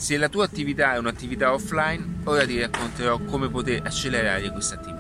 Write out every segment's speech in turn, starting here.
Se la tua attività è un'attività offline, ora ti racconterò come poter accelerare questa attività.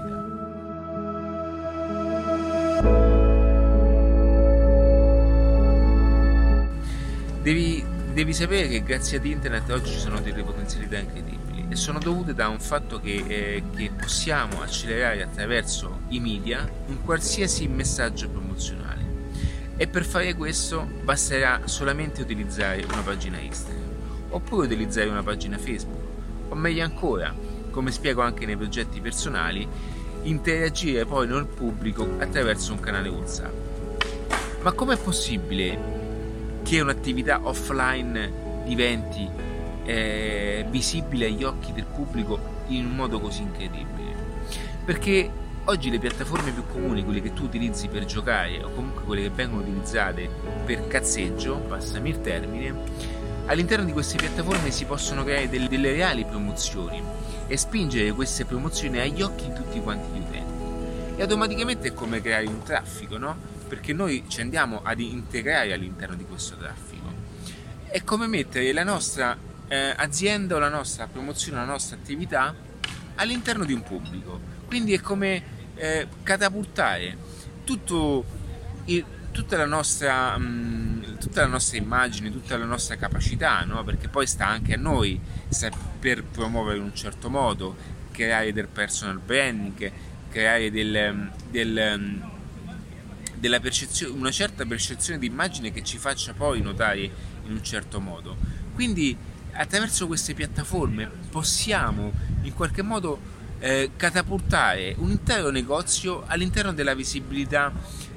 Devi sapere che grazie ad internet oggi ci sono delle potenzialità incredibili e sono dovute da un fatto che possiamo accelerare attraverso i media un qualsiasi messaggio promozionale, e per fare questo basterà solamente utilizzare una pagina Instagram oppure utilizzare una pagina Facebook, o meglio ancora, come spiego anche nei progetti personali, interagire poi nel pubblico attraverso un canale WhatsApp. Ma com'è possibile che un'attività offline diventi visibile agli occhi del pubblico in un modo così incredibile? Perché oggi le piattaforme più comuni, quelle che tu utilizzi per giocare o comunque quelle che vengono utilizzate per cazzeggio, passami il termine, all'interno di queste piattaforme si possono creare delle reali promozioni e spingere queste promozioni agli occhi di tutti quanti gli utenti, e automaticamente è come creare un traffico, no? Perché noi ci andiamo ad integrare all'interno di questo traffico. È come mettere la nostra azienda o la nostra promozione, la nostra attività all'interno di un pubblico. Quindi è come catapultare tutta la nostra immagine, tutta la nostra capacità, no? Perché poi sta anche a noi saper promuovere in un certo modo, creare del personal branding, creare della percezione, una certa percezione di immagine che ci faccia poi notare in un certo modo. Quindi attraverso queste piattaforme possiamo in qualche modo catapultare un intero negozio all'interno della visibilità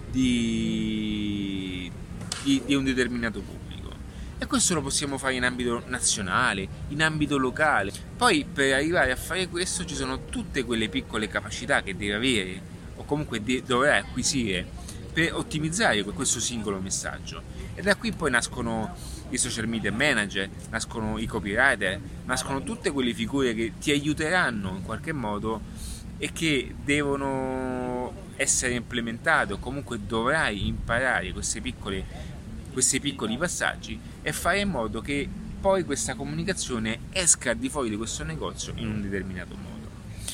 di un determinato pubblico, e questo lo possiamo fare in ambito nazionale, in ambito locale. Poi per arrivare a fare questo ci sono tutte quelle piccole capacità che devi avere o comunque dovrai acquisire per ottimizzare questo singolo messaggio, e da qui poi nascono i social media manager, nascono i copywriter, nascono tutte quelle figure che ti aiuteranno in qualche modo e che devono essere implementate, o comunque dovrai imparare questi piccoli passaggi e fare in modo che poi questa comunicazione esca al di fuori di questo negozio in un determinato modo.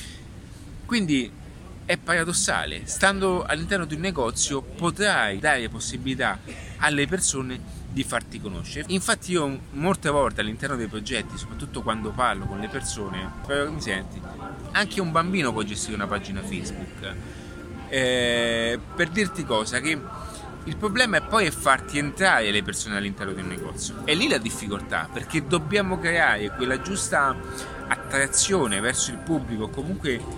Quindi è paradossale, stando all'interno di un negozio potrai dare possibilità alle persone di farti conoscere. Infatti io molte volte all'interno dei progetti, soprattutto quando parlo con le persone, spero che mi senti, anche un bambino può gestire una pagina Facebook, per dirti cosa, che il problema è poi farti entrare le persone all'interno del negozio. È lì la difficoltà, perché dobbiamo creare quella giusta attrazione verso il pubblico, comunque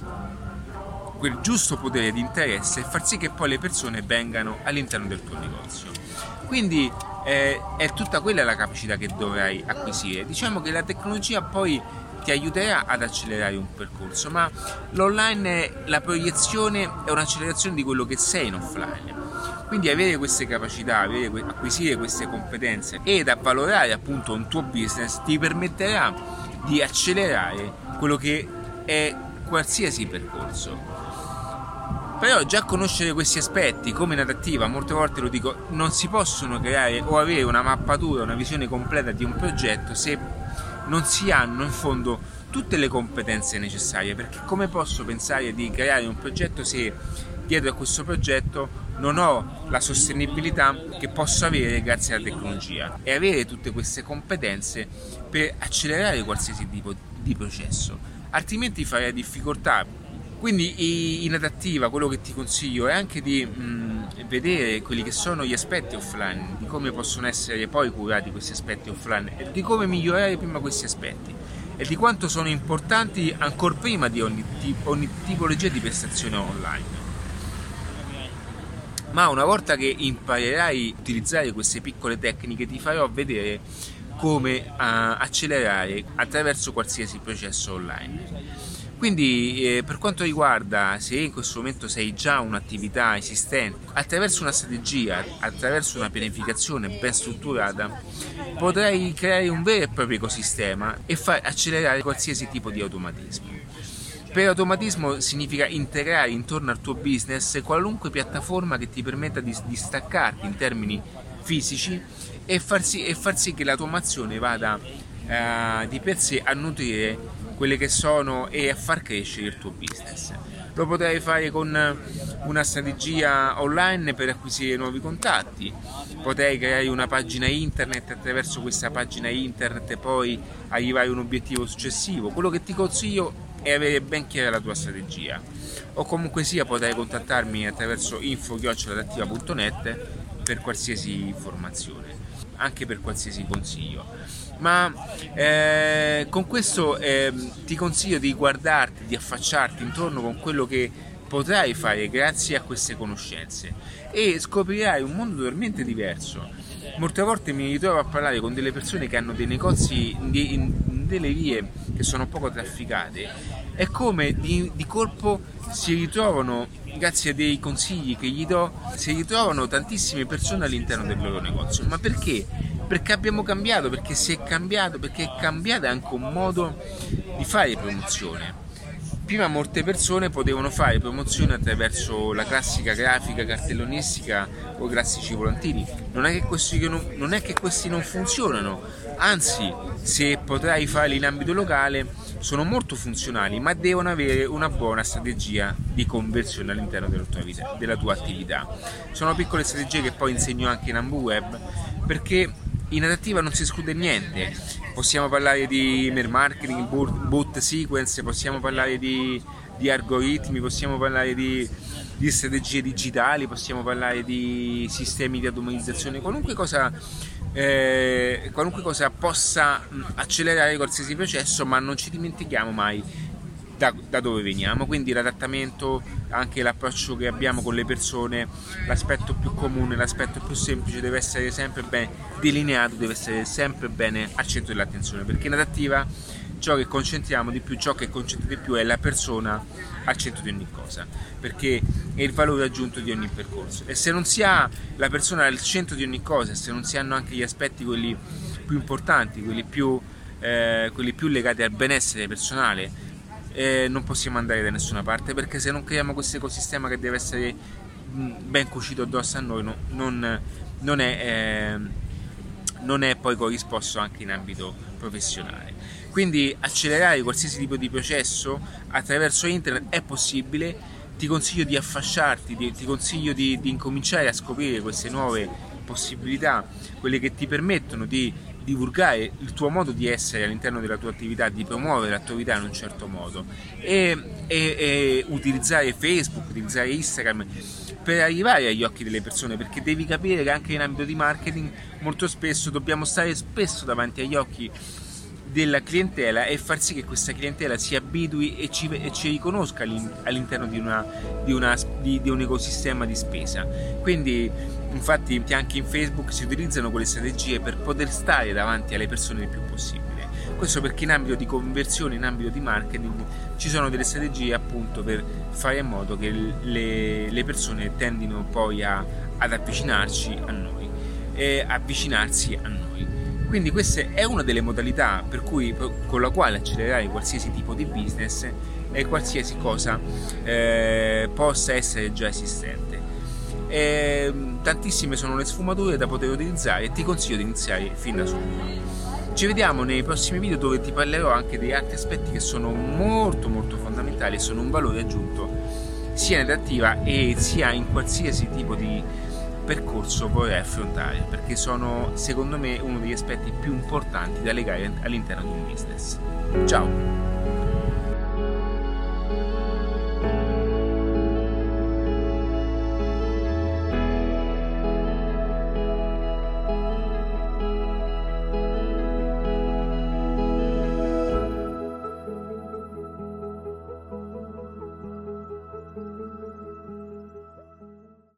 quel giusto potere di interesse, e far sì che poi le persone vengano all'interno del tuo negozio. Quindi è tutta quella la capacità che dovrai acquisire. Diciamo che la tecnologia poi ti aiuterà ad accelerare un percorso, ma l'online, la proiezione è un'accelerazione di quello che sei in offline. Quindi avere queste capacità, acquisire queste competenze ed avvalorare appunto un tuo business ti permetterà di accelerare quello che è qualsiasi percorso. Però già conoscere questi aspetti, come in adattiva, molte volte lo dico, non si possono creare o avere una mappatura, una visione completa di un progetto se non si hanno in fondo tutte le competenze necessarie. Perché come posso pensare di creare un progetto se dietro a questo progetto non ho la sostenibilità che posso avere grazie alla tecnologia, e avere tutte queste competenze per accelerare qualsiasi tipo di processo, altrimenti farei difficoltà. Quindi in adattiva quello che ti consiglio è anche di vedere quelli che sono gli aspetti offline, di come possono essere poi curati questi aspetti offline, e di come migliorare prima questi aspetti, e di quanto sono importanti ancora prima di ogni tipologia di prestazione online. Ma una volta che imparerai a utilizzare queste piccole tecniche, ti farò vedere come accelerare attraverso qualsiasi processo online. Quindi per quanto riguarda se in questo momento sei già un'attività esistente, attraverso una strategia, attraverso una pianificazione ben strutturata, potrai creare un vero e proprio ecosistema e far accelerare qualsiasi tipo di automatismo. Per automatismo significa integrare intorno al tuo business qualunque piattaforma che ti permetta di staccarti in termini fisici e far sì che l'automazione vada di per sé a nutrire quelle che sono e a far crescere il tuo business. Lo potrai fare con una strategia online per acquisire nuovi contatti, potrai creare una pagina internet, attraverso questa pagina internet poi arrivare a un obiettivo successivo. Quello che ti consiglio è avere ben chiara la tua strategia, o comunque sia potrai contattarmi attraverso info@adattiva.net per qualsiasi informazione, anche per qualsiasi consiglio. Ma con questo ti consiglio di guardarti, di affacciarti intorno con quello che potrai fare grazie a queste conoscenze, e scoprirai un mondo totalmente diverso. Molte volte mi ritrovo a parlare con delle persone che hanno dei negozi in delle vie che sono poco trafficate, è come di colpo si ritrovano, grazie a dei consigli che gli do, si ritrovano tantissime persone all'interno del loro negozio. Ma perché? Perché abbiamo cambiato, perché si è cambiato, perché è cambiato anche un modo di fare promozione. Prima molte persone potevano fare promozione attraverso la classica grafica cartellonistica o i classici volantini. Non è che questi non funzionano, anzi, se potrai farli in ambito locale sono molto funzionali, ma devono avere una buona strategia di conversione all'interno della tua attività. Sono piccole strategie che poi insegno anche in AmbuWeb, perché in Adattiva non si esclude niente. Possiamo parlare di email marketing, boot sequence, possiamo parlare di algoritmi, possiamo parlare di strategie digitali, possiamo parlare di sistemi di automatizzazione, qualunque cosa possa accelerare qualsiasi processo, ma non ci dimentichiamo mai da dove veniamo. Quindi l'adattamento, anche l'approccio che abbiamo con le persone, l'aspetto più comune, l'aspetto più semplice deve essere sempre ben delineato, deve essere sempre bene al centro dell'attenzione, perché in Adattiva ciò che concentriamo di più, ciò che concentra di più è la persona al centro di ogni cosa, perché è il valore aggiunto di ogni percorso. E se non si ha la persona al centro di ogni cosa, se non si hanno anche gli aspetti quelli più importanti, quelli più legati al benessere personale, non possiamo andare da nessuna parte, perché se non creiamo questo ecosistema che deve essere ben cucito addosso a noi, non è poi corrisposto anche in ambito professionale. Quindi accelerare qualsiasi tipo di processo attraverso internet è possibile. Ti consiglio di affacciarti, ti consiglio di incominciare a scoprire queste nuove possibilità, quelle che ti permettono di divulgare il tuo modo di essere all'interno della tua attività, di promuovere l'attività in un certo modo, e utilizzare Facebook, utilizzare Instagram per arrivare agli occhi delle persone, perché devi capire che anche in ambito di marketing molto spesso dobbiamo stare davanti agli occhi della clientela e far sì che questa clientela si abitui e ci riconosca all'interno di un ecosistema di spesa. Quindi infatti anche in Facebook si utilizzano quelle strategie per poter stare davanti alle persone il più possibile. Questo perché in ambito di conversione, in ambito di marketing, ci sono delle strategie appunto per fare in modo che le persone tendino poi ad avvicinarsi a noi e avvicinarsi a noi. Quindi questa è una delle modalità con la quale accelerare qualsiasi tipo di business e qualsiasi cosa possa essere già esistente. Tantissime sono le sfumature da poter utilizzare e ti consiglio di iniziare fin da subito. Ci vediamo nei prossimi video, dove ti parlerò anche di altri aspetti che sono molto molto fondamentali e sono un valore aggiunto sia in Adattiva e sia in qualsiasi tipo di percorso vorrei affrontare, perché sono secondo me uno degli aspetti più importanti da legare all'interno di un business. Ciao!